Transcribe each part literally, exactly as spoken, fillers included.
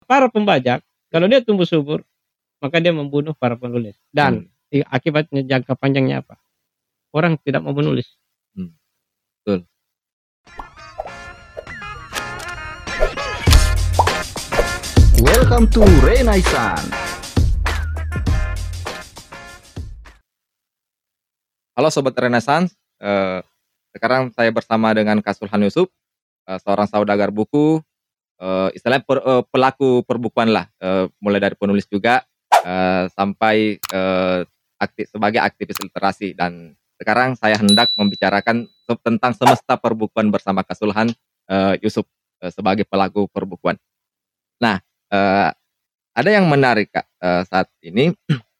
para pembajak, kalau dia tumbuh subur, maka dia membunuh para penulis. Dan Hmm. i- akibatnya jangka panjangnya apa? Orang tidak mau menulis. Hmm. Betul. Welcome to Renaissance. Halo Sobat Renaissance, eh, sekarang saya bersama dengan Kak Sulhan Yusuf, eh, seorang saudagar buku, eh, istilahnya per- eh, pelaku perbukuan lah, eh, mulai dari penulis juga, eh, sampai eh, aktif, sebagai aktivis literasi. Dan sekarang saya hendak membicarakan se- tentang semesta perbukuan bersama Kak Sulhan eh, Yusuf eh, sebagai pelaku perbukuan. Nah, eh, ada yang menarik Kak eh, saat ini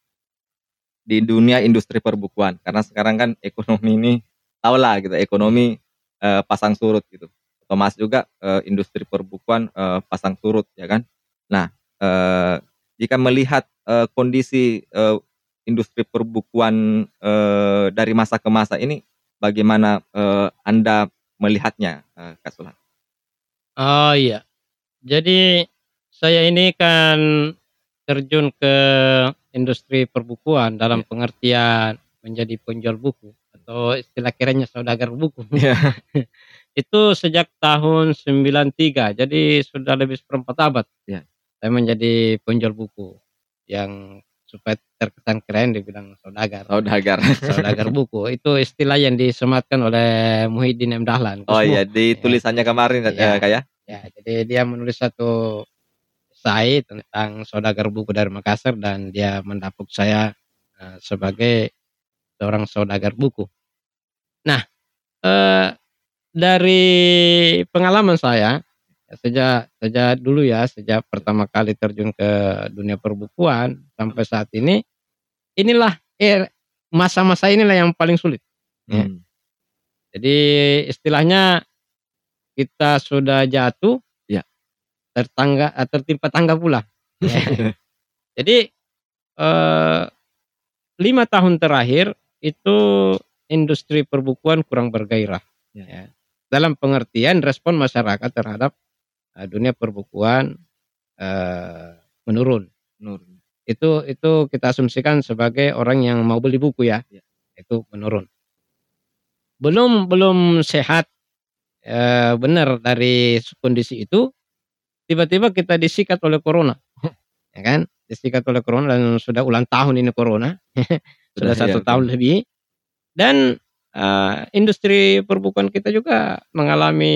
di dunia industri perbukuan, karena sekarang kan ekonomi ini tau lah gitu, ekonomi eh, pasang surut gitu, otomatis juga eh, industri perbukuan eh, pasang surut ya kan. Nah, eh, jika melihat eh, kondisi eh, industri perbukuan eh, dari masa ke masa ini, bagaimana eh, Anda melihatnya, eh, Kak Sulhan? Oh iya, jadi saya ini kan terjun ke industri perbukuan dalam Iya. pengertian menjadi penjual buku atau istilah kerennya saudagar buku. Iya. Itu sejak tahun sembilan tiga, jadi sudah lebih seperempat abad. Iya. Saya menjadi penjual buku yang supaya terkesan keren dibilang saudagar. Saudagar. Saudagar buku itu istilah yang disematkan oleh Muhyiddin M. Dahlan. Oh Kusmo. iya, di tulisannya kemarin Iya. ya, Kak ya. Ya, jadi dia menulis satu esai tentang saudagar buku dari Makassar dan dia mendapuk saya eh, sebagai seorang saudagar buku. Nah, eh, dari pengalaman saya ya, sejak sejak dulu ya, sejak pertama kali terjun ke dunia perbukuan sampai saat ini, inilah eh, masa-masa inilah yang paling sulit. Ya. Hmm. Jadi istilahnya kita sudah jatuh, Ya. tertangga eh, tertimpa tangga pula. Ya. Jadi eh, lima tahun terakhir itu industri perbukuan kurang bergairah. Ya. Ya. Dalam pengertian respon masyarakat terhadap uh, dunia perbukuan uh, menurun. Menurun. Itu itu kita asumsikan sebagai orang yang mau beli buku ya, Ya. itu menurun. Belum belum sehat uh, benar dari kondisi itu, tiba-tiba kita disikat oleh corona, ya kan? Disikat oleh corona dan sudah ulang tahun ini corona, sudah Sudah, satu ya, tahun betul. lebih. Dan uh, industri perbukuan kita juga mengalami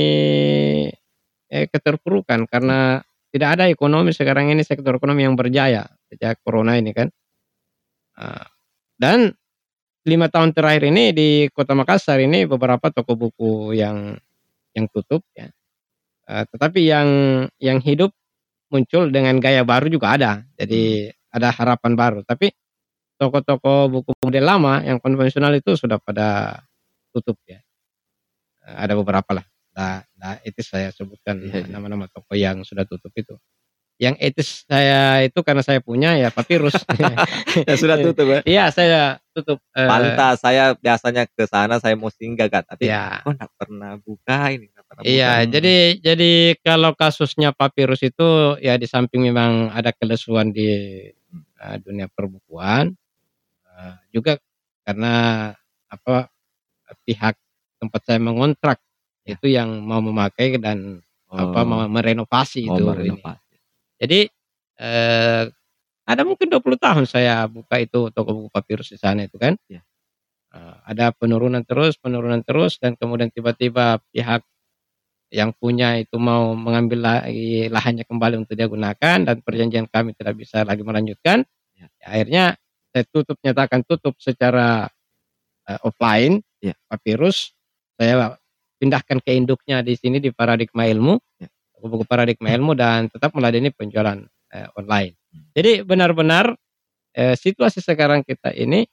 eh, keterpurukan karena tidak ada ekonomi sekarang ini, sektor ekonomi yang berjaya sejak corona ini kan. Uh, dan lima tahun terakhir ini di Kota Makassar ini beberapa toko buku yang yang tutup ya. Uh, tetapi yang yang hidup muncul dengan gaya baru juga ada. Jadi ada harapan baru. Tapi toko-toko buku model lama yang konvensional itu sudah pada tutup ya. Eh, Ada beberapa lah. Nah, nah itu saya sebutkan Iya, iya. nama-nama toko yang sudah tutup itu. Yang etis saya itu karena saya punya ya Papyrus. Ya sudah tutup ya. Iya saya tutup. eh, Pantas, saya biasanya ke sana saya mau singgah Kak, tapi Ya. kok nggak pernah buka ini, nggak pernah buka. Iya, Hmm. jadi jadi kalau kasusnya Papyrus itu ya di samping memang ada kelesuan di eh, dunia perbukuan, eh, juga karena apa pihak tempat saya mengontrak Ya. itu yang mau memakai dan apa Oh, mau merenovasi mau itu ini. merenovasi. Jadi eh, ada mungkin dua puluh tahun saya buka itu toko buku Papyrus di sana itu kan. Ya. Eh, ada penurunan terus, penurunan terus dan kemudian tiba-tiba pihak yang punya itu mau mengambil lagi lahannya kembali untuk dia gunakan dan perjanjian kami tidak bisa lagi melanjutkan. Ya. Ya, akhirnya saya tutup, nyatakan tutup secara eh, offline. Ya. Papyrus saya pindahkan ke induknya di sini di Paradigma Ilmu, Ya. buku Paradigma Ilmu dan tetap meladeni penjualan eh, online. Hmm. Jadi benar-benar eh, situasi sekarang kita ini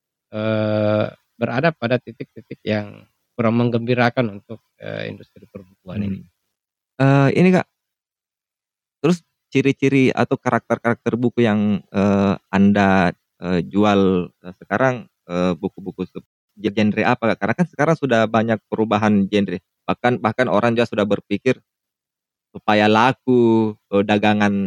eh, berada pada titik-titik yang kurang menggembirakan untuk eh, industri perbukuan ini. Hmm. Eh, ini Kak, terus ciri-ciri atau karakter-karakter buku yang eh, Anda eh, jual eh, sekarang, eh, buku-buku se- genre apa Kak? Karena kan sekarang sudah banyak perubahan genre. Bahkan bahkan orang juga sudah berpikir supaya laku eh, dagangan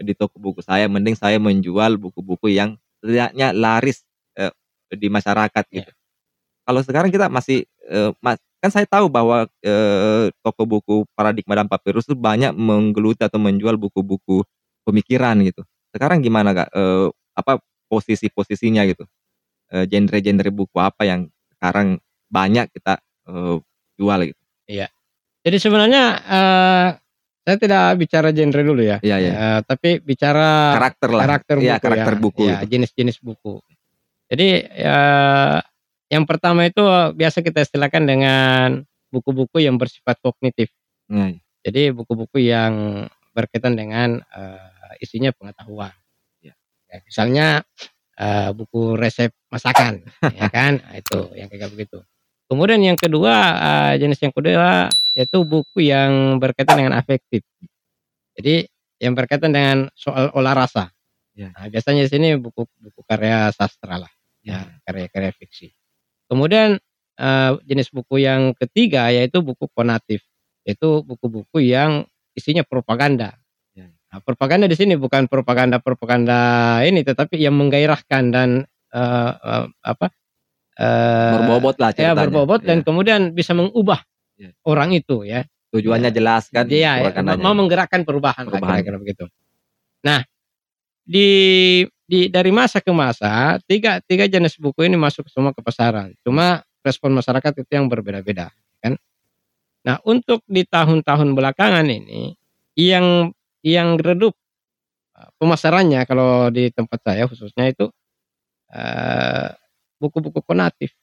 di toko buku saya, mending saya menjual buku-buku yang setidaknya laris eee, di masyarakat Iya. gitu. Kalau sekarang kita masih, eee, mas kan saya tahu bahwa, eee, toko buku Paradigma dan Papyrus itu banyak menggeluti atau menjual buku-buku pemikiran gitu. Sekarang gimana Kak, eee, apa posisi-posisinya gitu? Eee, genre-genre buku apa yang sekarang banyak kita, eee, jual gitu? Iya. Jadi sebenarnya, eee, saya tidak bicara genre dulu ya, Iya iya. eee, tapi bicara Karakter lah. karakter Iya, buku karakter ya, buku ya gitu. jenis-jenis buku. Jadi, eee, yang pertama itu biasa kita istilahkan dengan buku-buku yang bersifat kognitif. Iya. Jadi buku-buku yang berkaitan dengan, eee, isinya pengetahuan. Iya. Ya misalnya, eee, buku resep masakan, ya kan, nah itu yang kayak begitu. Kemudian yang kedua, eee, jenis yang kedua yaitu buku yang berkaitan dengan afektif. Jadi yang berkaitan dengan soal olah rasa. Iya. Nah biasanya di sini buku buku karya sastra lah, ya Iya. karya-karya fiksi. Kemudian, eee, jenis buku yang ketiga yaitu buku konatif, yaitu buku-buku yang isinya propaganda. Iya. Nah propaganda di sini bukan propaganda-propaganda ini, tetapi yang menggairahkan dan, eee eee, apa, eee, Berbobot lah ya ceritanya. berbobot dan Iya. kemudian bisa mengubah Iya. orang itu ya. Tujuannya Ya. jelas kan Iya, propagandanya. mau menggerakkan perubahan lah Perubahan. kira-kira begitu. Nah, di di dari masa ke masa, tiga tiga jenis buku ini masuk semua ke pasaran. Cuma respon masyarakat itu yang berbeda-beda, kan. Nah, untuk di tahun-tahun belakangan ini, yang yang redup, eee, pemasarannya kalau di tempat saya khususnya itu, eee, buku-buku konatif.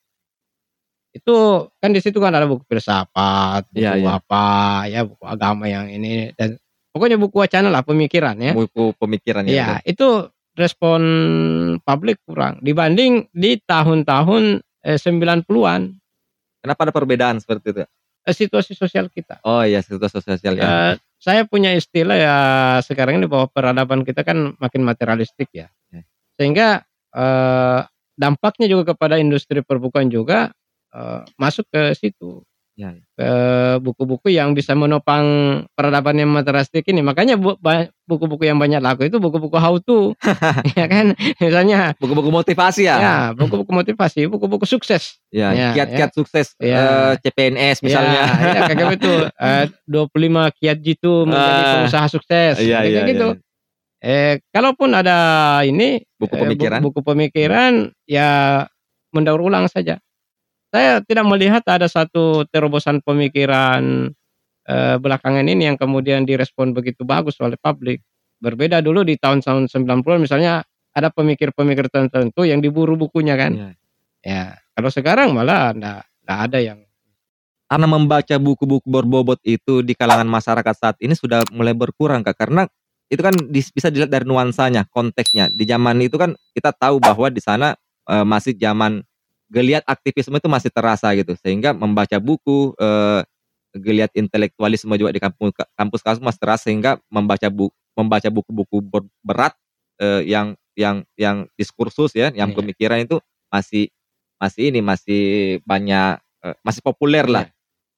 Itu kan di situ kan ada buku filsafat, buku Iya iya. apa, ya buku agama yang ini dan pokoknya buku wacana lah, pemikiran ya. Buku pemikiran ya, Iya, betul. itu respon publik kurang dibanding di tahun-tahun, eee, sembilan puluhan. Kenapa ada perbedaan seperti itu? Eee, situasi sosial kita. Oh iya, situasi sosial ya. Eee, saya punya istilah ya sekarang ini bahwa peradaban kita kan makin materialistik ya. Ya. Sehingga, eee, dampaknya juga kepada industri perbukuan juga, eee, masuk ke situ. Ya ya. Ke buku-buku yang bisa menopang peradaban yang materialistik ini. Makanya bu ba buku-buku yang banyak laku itu buku-buku how to, ya kan. Misalnya Buku-buku motivasi ya? ya buku-buku motivasi, buku-buku sukses. Ya, Ya, kiat-kiat sukses, ya. eee, C P N S Ya, misalnya. ya kayak begitu, eee, dua puluh lima kiat jitu menjadi Ah. pengusaha sukses, Iya kayak iya gitu. iya. Eh, kalaupun ada ini, Buku eee, pemikiran? buku pemikiran, ya mendaur ulang saja. Saya tidak melihat ada satu terobosan pemikiran, eee, belakangan ini yang kemudian direspon begitu bagus oleh publik. Berbeda dulu di tahun-tahun sembilan puluhan misalnya ada pemikir-pemikir tertentu yang diburu bukunya kan. Iya. Ya, kalau sekarang malah ndak ndak ada yang Karena membaca buku-buku berbobot itu di kalangan masyarakat saat ini sudah mulai berkurang Kak, karena itu kan dis bisa dilihat dari nuansanya, konteksnya. Di zaman itu kan kita tahu bahwa di sana, eee, masih zaman geliat aktivisme itu masih terasa gitu, sehingga membaca buku, eee, geliat intelektualisme juga di kampu kampus-kampus masih terasa sehingga membaca bu membaca buku-buku ber berat, eee, yang yang yang diskursus ya, yang Iya. pemikiran itu masih masih ini, masih banyak, eee, masih populer lah.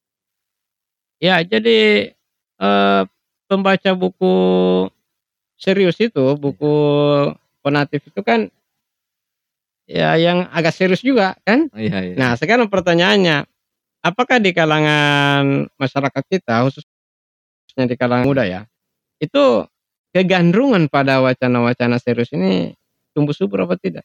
Ya, jadi, eee, pembaca buku serius itu, buku konatif itu kan ya yang agak serius juga kan. Iya iya. Nah, sekarang pertanyaannya, apakah di kalangan masyarakat kita, khususnya di kalangan muda ya, itu kegandrungan pada wacana-wacana serius ini tumbuh subur apa tidak?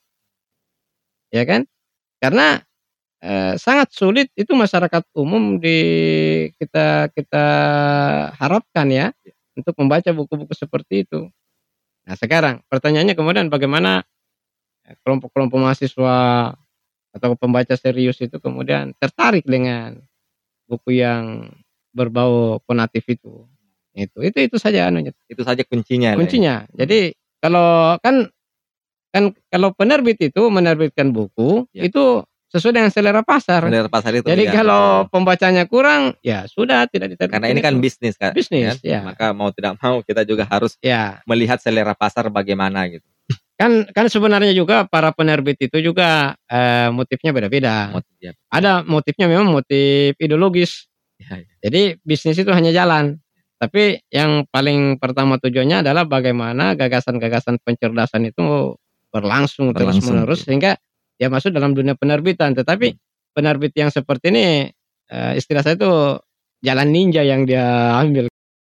Ya kan? Karena, eee, sangat sulit itu masyarakat umum di kita kita harapkan ya, untuk membaca buku-buku seperti itu. Nah, sekarang pertanyaannya kemudian bagaimana eee, kelompok-kelompok mahasiswa atau pembaca serius itu kemudian tertarik dengan buku yang berbau konatif itu. Itu itu itu saja anunya, Itu saja kuncinya lah ya. kuncinya. Jadi kalau kan kan kalau penerbit itu menerbitkan buku, Ya. itu sesuai dengan selera pasar. Selera pasar itu Jadi ya, kalau betul. pembacanya kurang, ya sudah tidak diterbitkan Karena ini kan itu. bisnis Kak, Bisnis, ya. ya. Maka mau tidak mau kita juga harus Ya, melihat selera pasar bagaimana gitu. kan kan sebenarnya juga para penerbit itu juga, eee, motifnya beda-beda. Motif ya. Ada motifnya memang motif ideologis. Ya, ya. Jadi bisnis itu hanya jalan. Tapi yang paling pertama tujuannya adalah bagaimana gagasan-gagasan pencerdasan itu berlangsung Berlangsung, terus-menerus gitu. sehingga dia masuk dalam dunia penerbitan. Tetapi Hmm. penerbit yang seperti ini, eee, istilah saya itu jalan ninja yang dia ambil.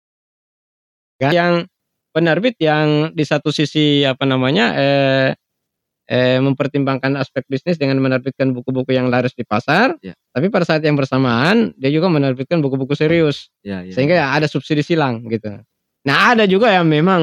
Yang penerbit yang di satu sisi apa namanya, eee eee, mempertimbangkan aspek bisnis dengan menerbitkan buku-buku yang laris di pasar, Ya. tapi pada saat yang bersamaan dia juga menerbitkan buku-buku serius. Ya, ya, Sehingga ya. ada subsidi silang gitu. Nah, ada juga yang memang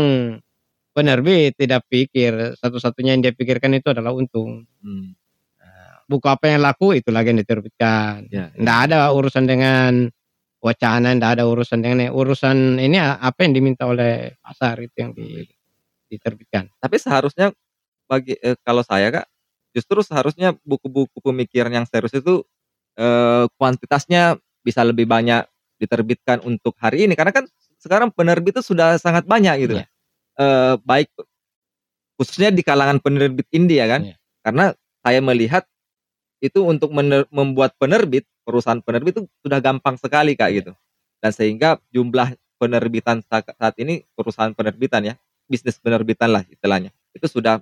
penerbit tidak pikir, satu-satunya yang dia pikirkan itu adalah untung. Hmm. Buku apa yang laku itu lagi yang diterbitkan. Ya, ya. Nggak ada urusan dengan wacana, nggak ada urusan dengan urusan ini apa yang diminta oleh pasar itu yang di, diterbitkan. Tapi seharusnya bagi eh, kalau saya Kak, justru seharusnya buku-buku pemikiran yang serius itu eh, kuantitasnya bisa lebih banyak diterbitkan untuk hari ini karena kan sekarang penerbit itu sudah sangat banyak gitu. Iya. Eh, baik khususnya di kalangan penerbit indie ya kan. Iya. Karena saya melihat itu untuk mener- membuat penerbit, perusahaan penerbit itu sudah gampang sekali Kak gitu. Dan sehingga jumlah penerbitan saat, saat ini perusahaan penerbitan ya, bisnis penerbitan lah istilahnya. Itu sudah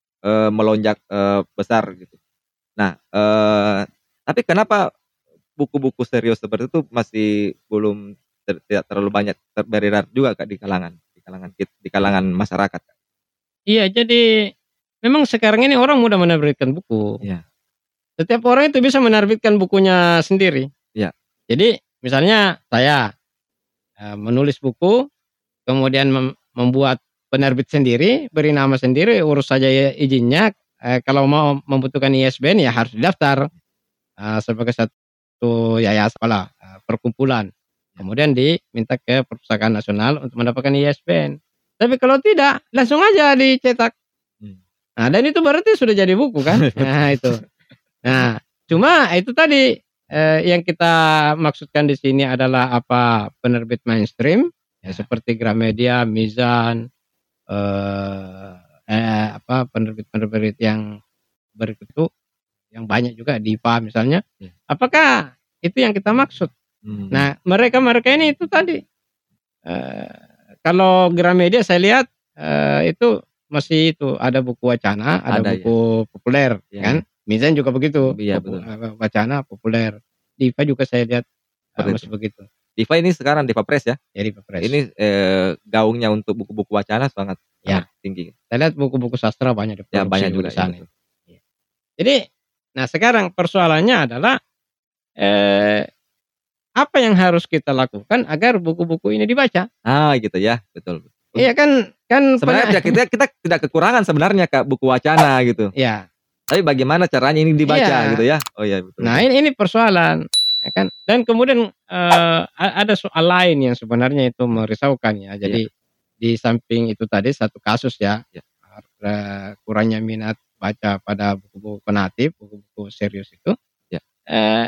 e, melonjak e, besar gitu. Nah, e, tapi kenapa buku-buku serius seperti itu masih belum ter, tidak terlalu banyak ter, beredar juga Kak di kalangan di kalangan di kalangan masyarakat. Iya, jadi memang sekarang ini orang mudah menerbitkan buku. Iya. Setiap orang itu bisa menerbitkan bukunya sendiri. Iya. Jadi misalnya saya uh, menulis buku, kemudian mem- membuat penerbit sendiri, beri nama sendiri, urus saja izinnya. Uh, kalau mau membutuhkan I S B N ya harus didaftar uh, sebagai satu yayasan lah, uh, perkumpulan. Kemudian diminta ke Perpustakaan Nasional untuk mendapatkan I S B N. Tapi kalau tidak, langsung aja dicetak. Nah, dan itu berarti sudah jadi buku kan? Nah, itu. Nah, cuma itu tadi eh, yang kita maksudkan di sini adalah apa penerbit mainstream ya, seperti Gramedia, Mizan, eh, eh, apa penerbit-penerbit yang berikut itu yang banyak juga Dipa misalnya. Apakah itu yang kita maksud? Hmm. Nah, mereka-mereka ini itu tadi eh, kalau Gramedia saya lihat eh, itu masih itu ada buku wacana, ada, Ada, buku populer ya. kan? Mizan juga begitu, Iya, buku, betul. wacana populer. Dipa juga saya lihat uh, Seperti masih begitu. Diva ini sekarang Diva Press ya. Jadi Press. Ini eh, gaungnya untuk buku-buku wacana sangat, Ya. sangat tinggi. Saya lihat buku-buku sastra banyak diproduksi Ya, banyak juga di sana. ya, Ya. Jadi, nah sekarang persoalannya adalah eh, apa yang harus kita lakukan agar buku-buku ini dibaca? Ah, gitu ya, betul. Iya kan, kan Sebenarnya kita kita tidak kekurangan sebenarnya Kak buku wacana gitu. Ya. Tapi bagaimana caranya ini dibaca Iya. gitu ya? Oh ya betul. Nah ini, ini persoalan, ya kan? Dan kemudian eh, ada soal lain yang sebenarnya itu merisaukan ya. Jadi di samping itu tadi satu kasus ya, Ya. eh, kurangnya minat baca pada buku-buku penatif, buku-buku serius itu. Ya. Eh,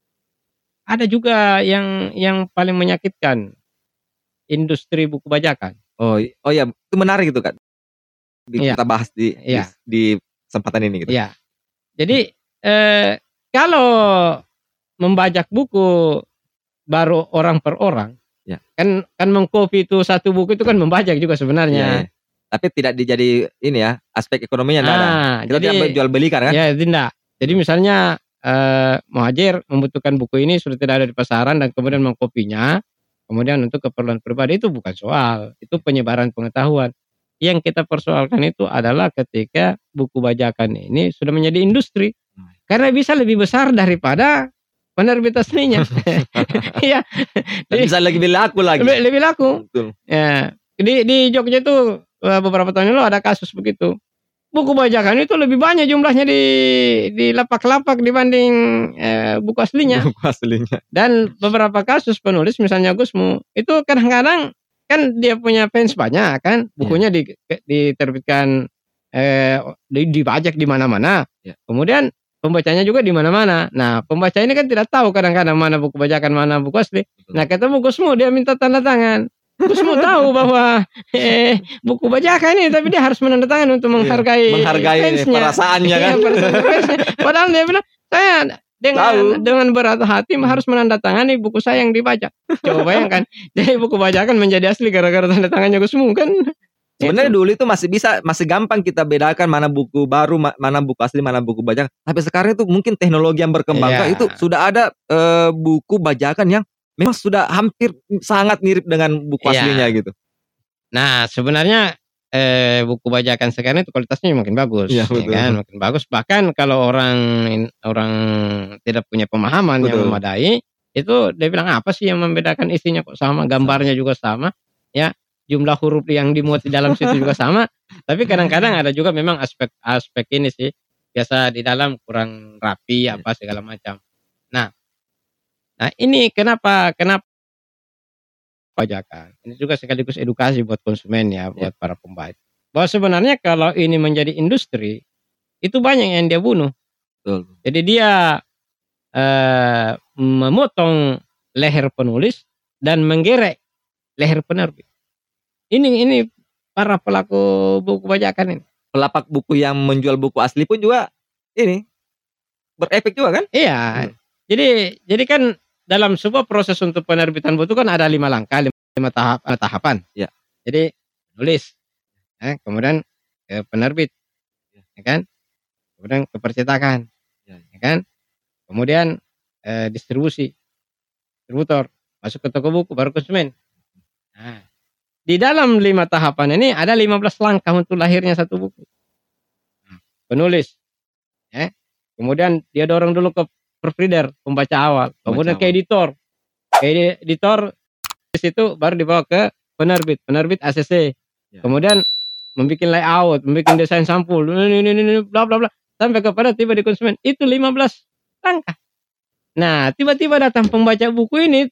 ada juga yang yang paling menyakitkan, industri buku bajakan. Oh, oh ya, itu menarik itu Kak. Di, Iya. Kita bahas di, Iya. di di kesempatan ini gitu. Iya. Jadi eh, kalau membajak buku baru orang per orang, Ya. kan kan mengcopy itu satu buku itu kan membajak juga Iya, sebenarnya. iya. Tapi tidak dijadi ini ya, aspek ekonominya enggak ada. Nah, Kita jadi tidak jual belikan kan? ya tidak. Jadi misalnya eh, Muhajir membutuhkan buku ini sudah tidak ada di pasaran dan kemudian mengkopinya, kemudian untuk keperluan pribadi itu bukan soal, itu penyebaran pengetahuan. Yang kita persoalkan itu adalah ketika buku bajakan ini sudah menjadi industri, karena bisa lebih besar daripada penerbit aslinya. Iya, Dan bisa lagi lebih laku lagi. lebih, lebih laku. Betul. Ya, di di Jogja itu eh, beberapa tahun lalu ada kasus begitu. Buku bajakan itu lebih banyak jumlahnya di di lapak-lapak dibanding eh, buku aslinya. Buku aslinya. Dan beberapa kasus penulis misalnya Gusmu itu kadang-kadang kan dia punya fans banyak kan, bukunya di, diterbitkan eh, di, dibajak di mana-mana. Ya. Kemudian pembacanya juga di mana-mana. Nah, pembaca ini kan tidak tahu kadang-kadang mana buku bajakan, mana buku asli. Betul. Nah, ketemu Gusmu dia minta tanda tangan. Gusmu tahu bahwa eh, buku bajakan ini, tapi dia harus menandatangan untuk menghargai, Menghargai fansnya. perasaannya kan. Iya, perasaan fansnya. Padahal dia bilang, saya dengan Tahu. dengan berat hati harus menandatangani buku saya yang dibajak. Coba bayangkan. Jadi buku bajakan menjadi asli gara-gara tanda tangannya Gus Mung kan. Sebenarnya Itu. dulu itu masih bisa, masih gampang kita bedakan mana buku baru, ma- mana buku asli, mana buku bajakan. Tapi sekarang itu mungkin teknologi yang berkembang, Iya. Kak, itu sudah ada eh, buku bajakan yang memang sudah hampir sangat mirip dengan buku Iya. aslinya gitu. Nah, sebenarnya eh, buku bajakan sekarang itu kualitasnya makin bagus, Iya, ya betul. kan, makin bagus. Bahkan kalau orang orang tidak punya pemahaman yang Betul. memadai, itu dia bilang apa sih yang membedakan isinya kok sama, gambarnya juga sama, ya, jumlah huruf yang dimuat di dalam situ juga sama. Tapi kadang-kadang ada juga memang aspek-aspek ini sih, biasa di dalam kurang rapi apa segala macam. Nah, nah ini kenapa kenapa pajakan. Ini juga sekaligus edukasi buat konsumen ya, buat para pembaca. Bahwa sebenarnya kalau ini menjadi industri, itu banyak yang dia bunuh. Betul. Jadi dia eh, memotong leher penulis dan menggerek leher penerbit. Ini ini para pelaku buku bajakan ini. Pelapak buku yang menjual buku asli pun juga ini berefek juga kan? Iya. Hmm. Jadi jadi kan dalam sebuah proses untuk penerbitan buku kan ada lima langkah, lima, lima tahap, lima tahapan. Ya. Jadi nulis, eh, kemudian ke penerbit, ya kan? Kemudian ke percetakan, Ya. ya kan? Kemudian eh, distribusi, distributor, masuk ke toko buku, baru konsumen. Nah, di dalam lima tahapan ini ada lima belas langkah untuk lahirnya satu buku. Penulis, ya. Kemudian dia dorong dulu ke proofreader, pembaca awal, kemudian Pembaca ke editor, ke editor di situ baru dibawa ke penerbit, penerbit A C C, Ya. kemudian membuat layout, membuat desain sampul, ini ini ini bla bla bla, sampai kepada tiba di konsumen. Itu lima belas langkah. Nah, tiba-tiba datang pembaca buku ini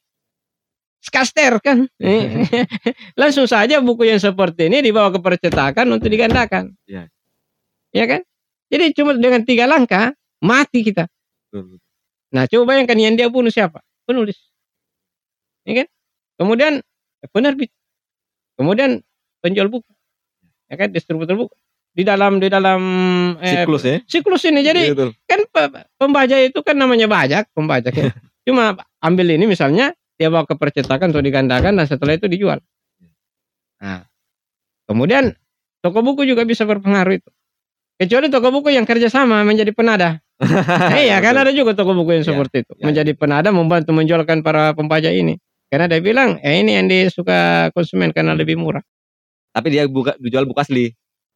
skaster kan, langsung saja buku yang seperti ini dibawa ke percetakan untuk digandakan, Ya. ya kan? Jadi cuma dengan tiga langkah mati kita. Betul. Nah, coba bayangkan yang dia bunuh siapa? Penulis. Ya kan? Kemudian penerbit. Kemudian penjual buku. Ya kan, distributor buku. Di dalam di dalam eh, Siklus ya. siklus ini. Jadi Betul. kan pe- pembaca itu kan namanya bajak, pembajak ya. Cuma ambil ini misalnya dia bawa ke percetakan untuk digandakan dan setelah itu dijual. Nah, kemudian toko buku juga bisa berpengaruh itu. Kecuali toko buku yang kerjasama menjadi penada. Nah, iya kan ada juga toko buku yang Ya, seperti itu. ya. Menjadi penada membantu menjualkan para pembaca ini. Karena dia bilang, eh ini yang disuka konsumen karena lebih murah. Tapi dia buka dijual buku asli.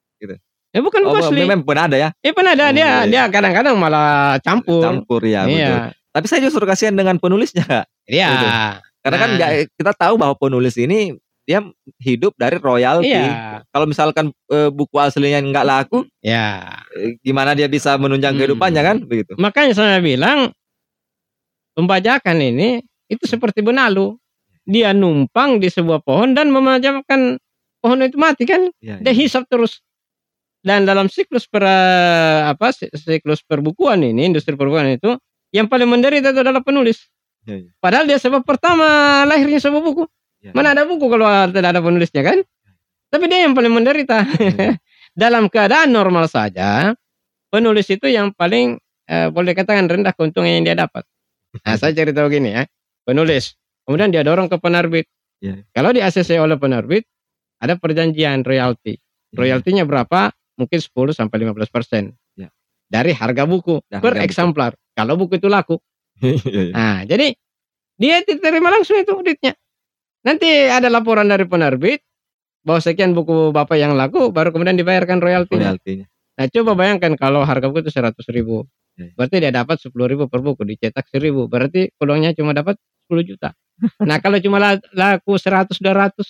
Ya bukan buku Oh, asli. memang penada ya. Eh penada Oh, dia iya, iya. dia kadang-kadang malah campur. Campur ya, betul. Iya. Tapi saya justru kasihan dengan penulisnya, Kak. Iya. Betul. Karena kan Nah. nggak- kita tahu bahwa penulis ini dia hidup dari royalti. Iya. Kalau misalkan eh, buku aslinya nggak laku, Ya. eh, gimana dia bisa menunjang Hmm. kehidupannya kan? Begitu. Makanya saya bilang pembajakan ini itu seperti benalu. Dia numpang di sebuah pohon dan memajamkan pohon itu mati kan? Ya, Dia hisap terus. Dan dalam siklus per apa si- siklus perbukuan ini, industri perbukuan itu yang paling menderita itu adalah penulis. Ya, ya. Padahal dia sebab pertama lahirnya sebuah buku. Ya. Mana ada buku kalau tidak ada penulisnya kan? Tapi dia yang paling menderita. Ya. Dalam keadaan normal saja, penulis itu yang paling eh, boleh dikatakan rendah keuntungan yang dia dapat. Nah, saya cerita begini ya. Penulis, kemudian dia dorong ke penerbit. Ya. Kalau di A C C oleh penerbit, ada perjanjian royalti. Royaltinya berapa? Mungkin sepuluh sampai lima belas persen. Ya. Dari harga buku Ya, per harga buku. eksemplar. Kalau buku itu laku. Ya, ya. Nah, jadi dia diterima langsung itu duitnya. Nanti ada laporan dari penerbit bahwa sekian buku Bapak yang laku, baru kemudian dibayarkan royaltinya. Royaltinya. Nah, coba bayangkan kalau harga buku itu seratus ribu. Ya. Berarti dia dapat sepuluh ribu per buku, dicetak seribu. Berarti peluangnya cuma dapat sepuluh juta. Nah, kalau cuma la- laku seratus dua ratus.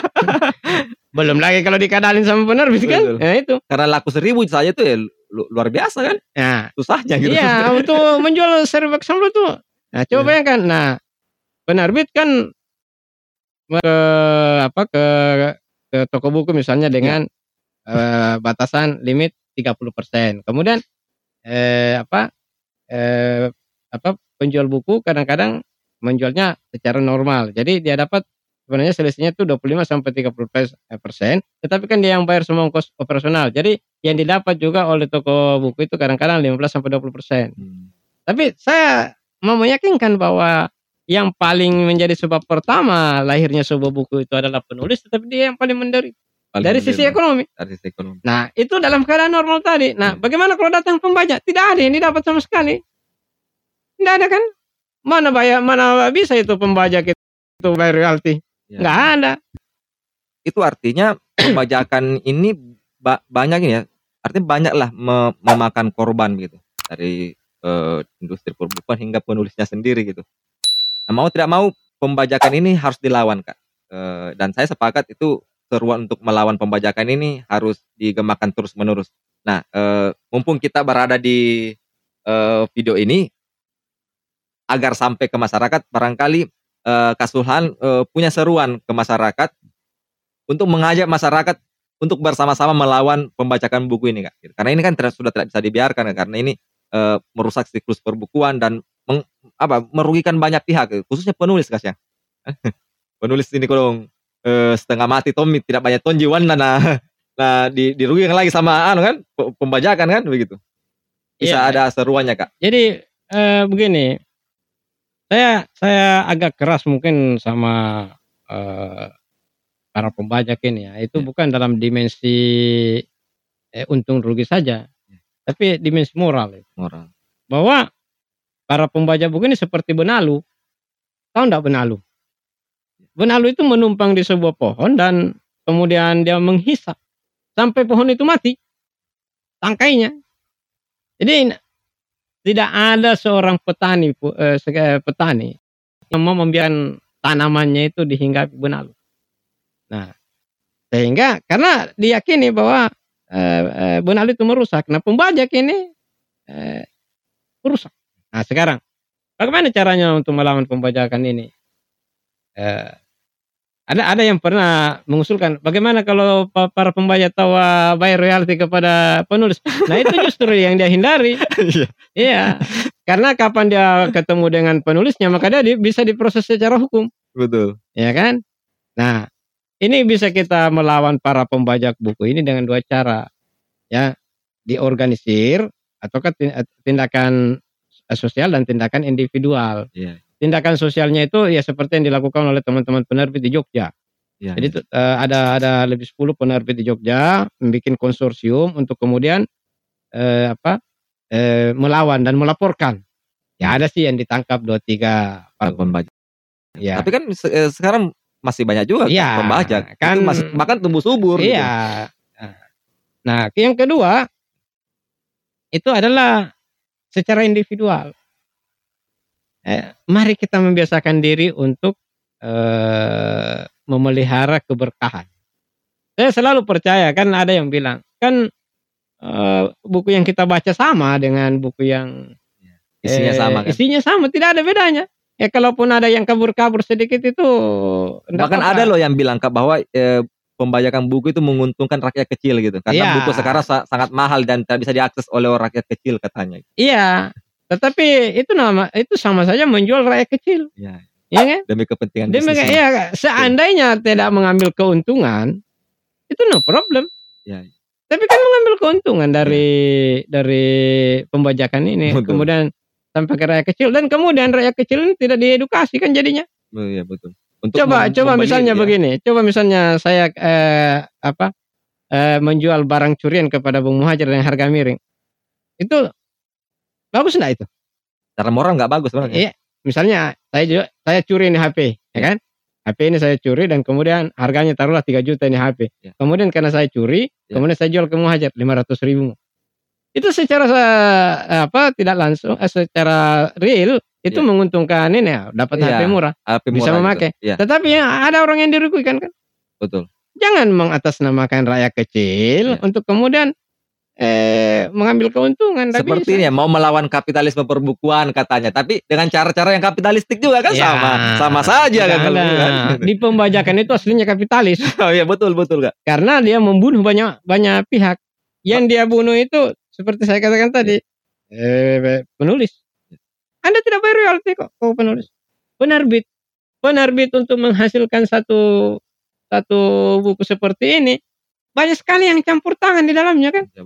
Belum lagi kalau dikadalin sama penerbit kan? Betul. Nah, itu. Karena laku seribu saja tuh ya lu- luar biasa kan? Nah, Susahnya gitu. iya, untuk menjual seribu eksemplar tuh. Nah, coba Ya. bayangkan. Nah, penerbit kan ke apa ke ke toko buku misalnya dengan eh, batasan limit tiga puluh persen. Kemudian eh, apa eh, apa penjual buku kadang-kadang menjualnya secara normal. Jadi dia dapat sebenarnya selisihnya itu dua puluh lima sampai tiga puluh persen, tetapi kan dia yang bayar semua ongkos operasional. Jadi yang didapat juga oleh toko buku itu kadang-kadang lima belas sampai dua puluh persen. Hmm. Tapi saya mau meyakinkan bahwa yang paling menjadi sebab pertama lahirnya sebuah buku itu adalah penulis, tetapi dia yang paling menderita Paling dari sisi menderita. ekonomi. Dari sisi ekonomi. Nah, itu dalam keadaan normal tadi. Nah, Hmm. bagaimana kalau datang pembajak? Tidak ada yang didapat sama sekali. Tidak ada kan? Mana bayar, mana bisa itu pembajak itu bayar royalti? Ya. Nggak ada. Itu artinya pembajakan ini ba- banyak ini ya. Artinya banyaklah me- memakan korban gitu dari eh, industri perbukuan hingga penulisnya sendiri gitu. Nah, mau tidak mau pembajakan ini harus dilawan, Kak. Eh, dan saya sepakat itu seruan untuk melawan pembajakan ini harus digemakan terus-menerus. Nah, eh, mumpung kita berada di eh, video ini agar sampai ke masyarakat, barangkali eh, Kak Sulhan eh, punya seruan ke masyarakat untuk mengajak masyarakat untuk bersama-sama melawan pembajakan buku ini, Kak. Karena ini kan tidak, sudah tidak bisa dibiarkan, Kak. Karena ini eh, merusak siklus perbukuan dan meng, apa, merugikan banyak pihak, khususnya penulis, Kak. Ya. Penulis ini kalau eh, setengah mati Tommy tidak banyak tonjiwan nah nah di, dirugikan lagi sama anu kan pembajakan kan begitu. Bisa Iya. ada seruannya, Kak. Jadi eh, begini, saya saya agak keras mungkin sama eh, para pembajak ini ya. Itu Ya. bukan dalam dimensi eh, untung rugi saja, tapi dimensi moral. Moral. Bahwa para pembajak buku ini seperti benalu. Tahu enggak benalu? Benalu itu menumpang di sebuah pohon dan kemudian dia menghisap sampai pohon itu mati tangkainya. Jadi tidak ada seorang petani eh, petani yang mau membiarkan tanamannya itu dihinggapi benalu. Nah, sehingga karena diyakini bahwa eh, eh, benalu itu merusak. Nah, pembajak ini eh, merusak. Nah, sekarang bagaimana caranya untuk melawan pembajakan ini? Eh, ada ada yang pernah mengusulkan bagaimana kalau pa- para pembajak tahu uh, bayar royalti kepada penulis. Nah, itu justru yang dia hindari. Iya. Karena kapan dia ketemu dengan penulisnya maka dia di, bisa diproses secara hukum. Betul. Ya kan? Nah, ini bisa kita melawan para pembajak buku ini dengan dua cara. Ya, diorganisir ataukah tindakan sosial dan tindakan individual. Iya. Tindakan sosialnya itu ya seperti yang dilakukan oleh teman-teman penerbit di Jogja. Ya, Jadi ya. tu- eh, ada ada lebih sepuluh penerbit di Jogja membuat konsorsium untuk kemudian eh, apa eh, melawan dan melaporkan. Ya ada sih yang ditangkap dua tiga Para pembajak. Ya. Tapi kan se- eh, sekarang masih banyak juga Iya, pembajak. kan- Itu masih bahkan tumbuh subur. gitu. Iya. Nah, yang kedua itu adalah secara individual. Eh, mari kita membiasakan diri untuk eh, memelihara keberkahan. Saya selalu percaya, kan ada yang bilang, kan eh, buku yang kita baca sama dengan buku yang Isinya eh, sama kan. isinya sama, tidak ada bedanya. Ya kalaupun ada yang kabur-kabur sedikit itu enggak Bahkan apa-apa. ada loh yang bilang, Kak, bahwa eh, pembajakan buku itu menguntungkan rakyat kecil gitu. Karena Iya. buku sekarang sa- sangat mahal dan tidak bisa diakses oleh rakyat kecil katanya. Iya, tetapi itu nama itu sama saja menjual rakyat kecil, Ya, ya kan? demi kepentingan Demi, bisnis. ya, seandainya tidak mengambil keuntungan, itu no problem. Ya. Tapi kan mengambil keuntungan dari dari pembajakan ini, Betul. kemudian sampai ke rakyat kecil dan kemudian rakyat kecil ini tidak diedukasi kan jadinya. Oh, iya betul. Untuk Coba mem- coba membeli, misalnya ya. begini, coba misalnya saya eh, apa eh, menjual barang curian kepada Bung Muhajir dengan harga miring, itu bagus enggak itu? Secara moral nggak bagus sebenarnya. Iya, misalnya saya juga, saya curi ini H P, ya kan? H P ini saya curi dan kemudian harganya taruhlah tiga juta ini H P. Ya. Kemudian karena saya curi, Ya. kemudian saya jual ke Muhajir lima ratus ribu. Itu secara eh, apa tidak langsung, eh, secara real itu Ya. menguntungkan ini ya, dapat Iya. H P murah, H P bisa murah memakai. gitu. Iya, Tetapi ya, ada orang yang dirugikan kan? betul. Jangan mengatasnamakan rakyat kecil Ya. untuk kemudian eh, mengambil keuntungan. Nggak Seperti bisa. ini ya, mau melawan kapitalisme perbukuan katanya, tapi dengan cara-cara yang kapitalistik juga kan Ya, sama, sama saja kan tidak kalau ada. kan. Di pembajakan itu aslinya kapitalis. Oh iya betul betul, Kak. Karena dia membunuh banyak banyak pihak. Yang dia bunuh itu seperti saya katakan tadi, eh, penulis. Anda tidak bayar royalti kok, kok penulis. Penerbit, penerbit untuk menghasilkan satu satu buku seperti ini banyak sekali yang campur tangan di dalamnya kan, Ya, betul.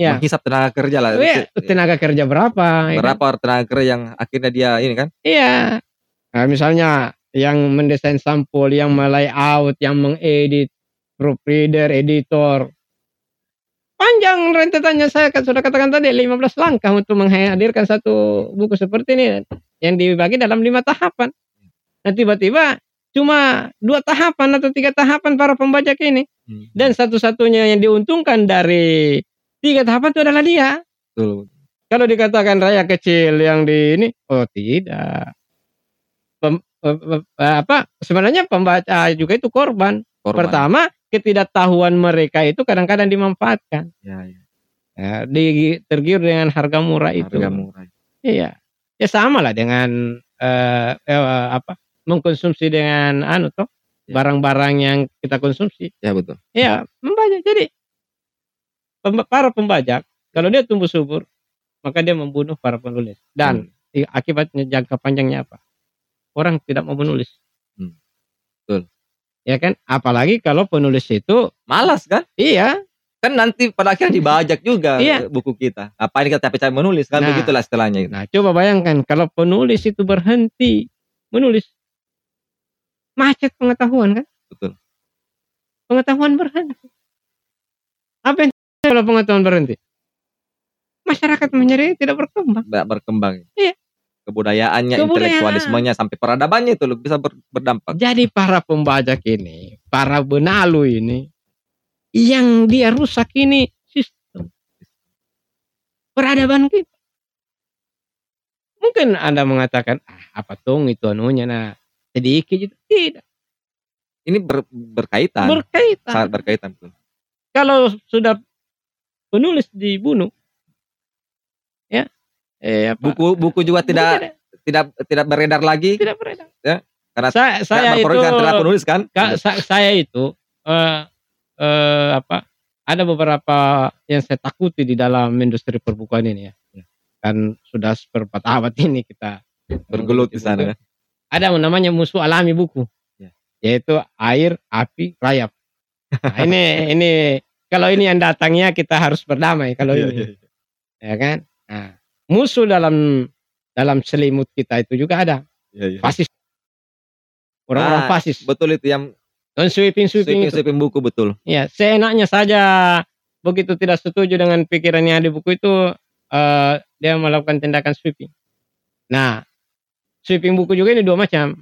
Ya. menghisap tenaga kerja lah. Ya, tenaga kerja berapa? Berapa ya kan? Tenaga kerja yang akhirnya dia ini kan? Iya. Nah, misalnya yang mendesain sampul, yang melayout, yang mengedit, proofreader, editor. Panjang rentetannya, saya kan sudah katakan tadi lima belas langkah untuk menghadirkan satu buku seperti ini yang dibagi dalam lima tahapan. Nah tiba-tiba cuma dua tahapan atau tiga tahapan para pembajak ini. Hmm. Dan satu-satunya yang diuntungkan dari tiga tahapan itu adalah dia. Betul. Kalau dikatakan rakyat kecil yang di ini, oh tidak. Pem, apa sebenarnya pembaca juga itu korban. korban. Pertama, ketidaktahuan mereka itu kadang-kadang dimanfaatkan. Ya, ya. Ya, di, tergiur dengan harga murah itu. Harga murah. Iya. Ya sama lah dengan eh, eh, apa mengkonsumsi dengan anu toh ya. Barang-barang yang kita konsumsi. Ya betul. Iya, membajak. Jadi pem, para pembajak kalau dia tumbuh subur, maka dia membunuh para penulis. Dan hmm. akibatnya jangka panjangnya apa? Orang tidak mau menulis. Hmm. Betul. Ya kan, apalagi kalau penulis itu malas kan? Iya. Kan nanti pada akhirnya dibajak juga iya. buku kita. Apa ini kita capek-capek menulis kan, nah, begitulah istilahnya. Nah, coba bayangkan kalau penulis itu berhenti menulis, macet pengetahuan kan? Betul. Pengetahuan berhenti. Apa yang kalau pengetahuan berhenti? Masyarakat menyadari tidak berkembang. Tidak berkembang. Iya. Kebudayaannya, Kebudayaan. intelektualismenya, sampai peradabannya itu bisa ber, berdampak. Jadi para pembajak ini, para benalu ini, yang dia rusak ini sistem peradaban kita. Mungkin Anda mengatakan, ah apa tong itu anunya, nah sedikit itu. Tidak. Ini ber, berkaitan. Berkaitan. Sangat berkaitan. Tuh. Kalau sudah penulis dibunuh, ya. Eh, buku buku juga tidak tidak tidak, tidak beredar lagi. Tidak beredar. Ya, karena saya, saya itu tidak penulis kan. Ka, saya itu uh, uh, apa? Ada beberapa yang saya takuti di dalam industri perbukuan ini ya. ya. Kan sudah seperempat abad ini kita bergelut di sana. Ada namanya musuh alami buku, ya. Yaitu air, api, rayap. Nah, ini ini kalau ini yang datangnya kita harus berdamai kalau ini, ya, ya, ya. ya kan. Nah, musuh dalam dalam selimut kita itu juga ada. Ya, ya. Fasis. Orang-orang nah, fasis. Betul itu yang non sweeping sweeping, sweeping, sweeping buku betul. Ya, seenaknya saja begitu tidak setuju dengan pikiran yang ada di buku itu uh, dia melakukan tindakan sweeping. Nah, sweeping buku juga ini dua macam.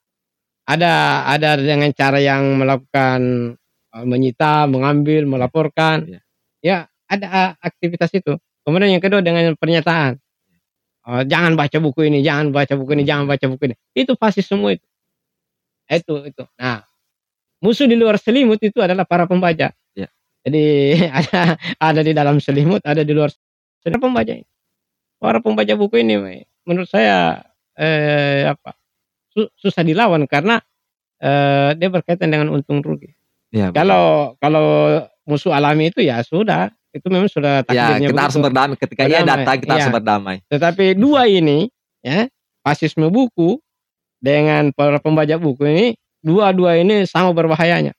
Ada ada dengan cara yang melakukan uh, menyita, mengambil, melaporkan. Ya, ya ada uh, aktivitas itu. Kemudian yang kedua dengan pernyataan. Oh, jangan baca buku ini, jangan baca buku ini, jangan baca buku ini. Itu fasis semua itu. Itu itu. Nah, musuh di luar selimut itu adalah para pembaca. Ya. Jadi ada ada di dalam selimut, ada di luar selimut pembaca ini. Para pembaca buku ini menurut saya eh, apa? Susah dilawan karena eh, dia berkaitan dengan untung rugi. Ya, kalau kalau musuh alami itu ya sudah. Itu memang sudah takdirnya. Ya, kita begitu. Harus berdamai ketika ia datang, kita ya. harus berdamai. Tetapi dua ini, ya, fasisme buku dengan para pembajak buku ini, dua-dua ini sama berbahayanya.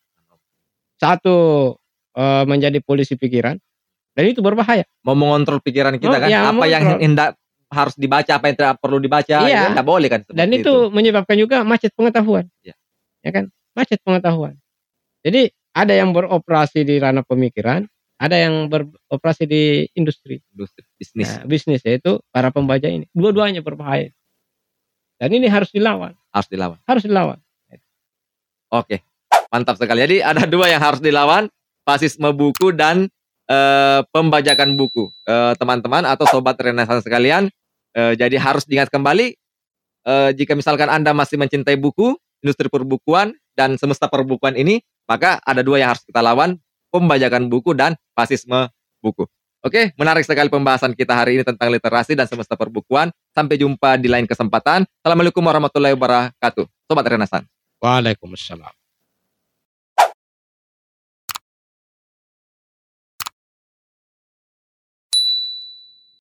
Satu e, menjadi polisi pikiran, dan itu berbahaya. Mau mengontrol pikiran kita oh, kan, ya, apa mengontrol. Yang hendak harus dibaca, apa yang tidak perlu dibaca, ya. Tidak boleh kan. Dan itu, itu menyebabkan juga macet pengetahuan, ya. Ya kan, macet pengetahuan. Jadi ada yang beroperasi di ranah pemikiran. Ada yang beroperasi di industri, industri bisnis. Nah, bisnis yaitu para pembaca ini. Dua-duanya berbahaya. Dan ini harus dilawan. Harus dilawan. Harus dilawan. Oke, mantap sekali. Jadi ada dua yang harus dilawan, fasisme buku dan eh, pembajakan buku. Eh, teman-teman atau sobat Renaissance sekalian, eh, jadi harus diingat kembali, eh, jika misalkan Anda masih mencintai buku, industri perbukuan, dan semesta perbukuan ini, maka ada dua yang harus kita lawan, pembajakan buku dan fasisme buku. Oke, menarik sekali pembahasan kita hari ini tentang literasi dan semesta perbukuan. Sampai jumpa di lain kesempatan. Assalamualaikum warahmatullahi wabarakatuh. Sobat Renaissance. Waalaikumsalam.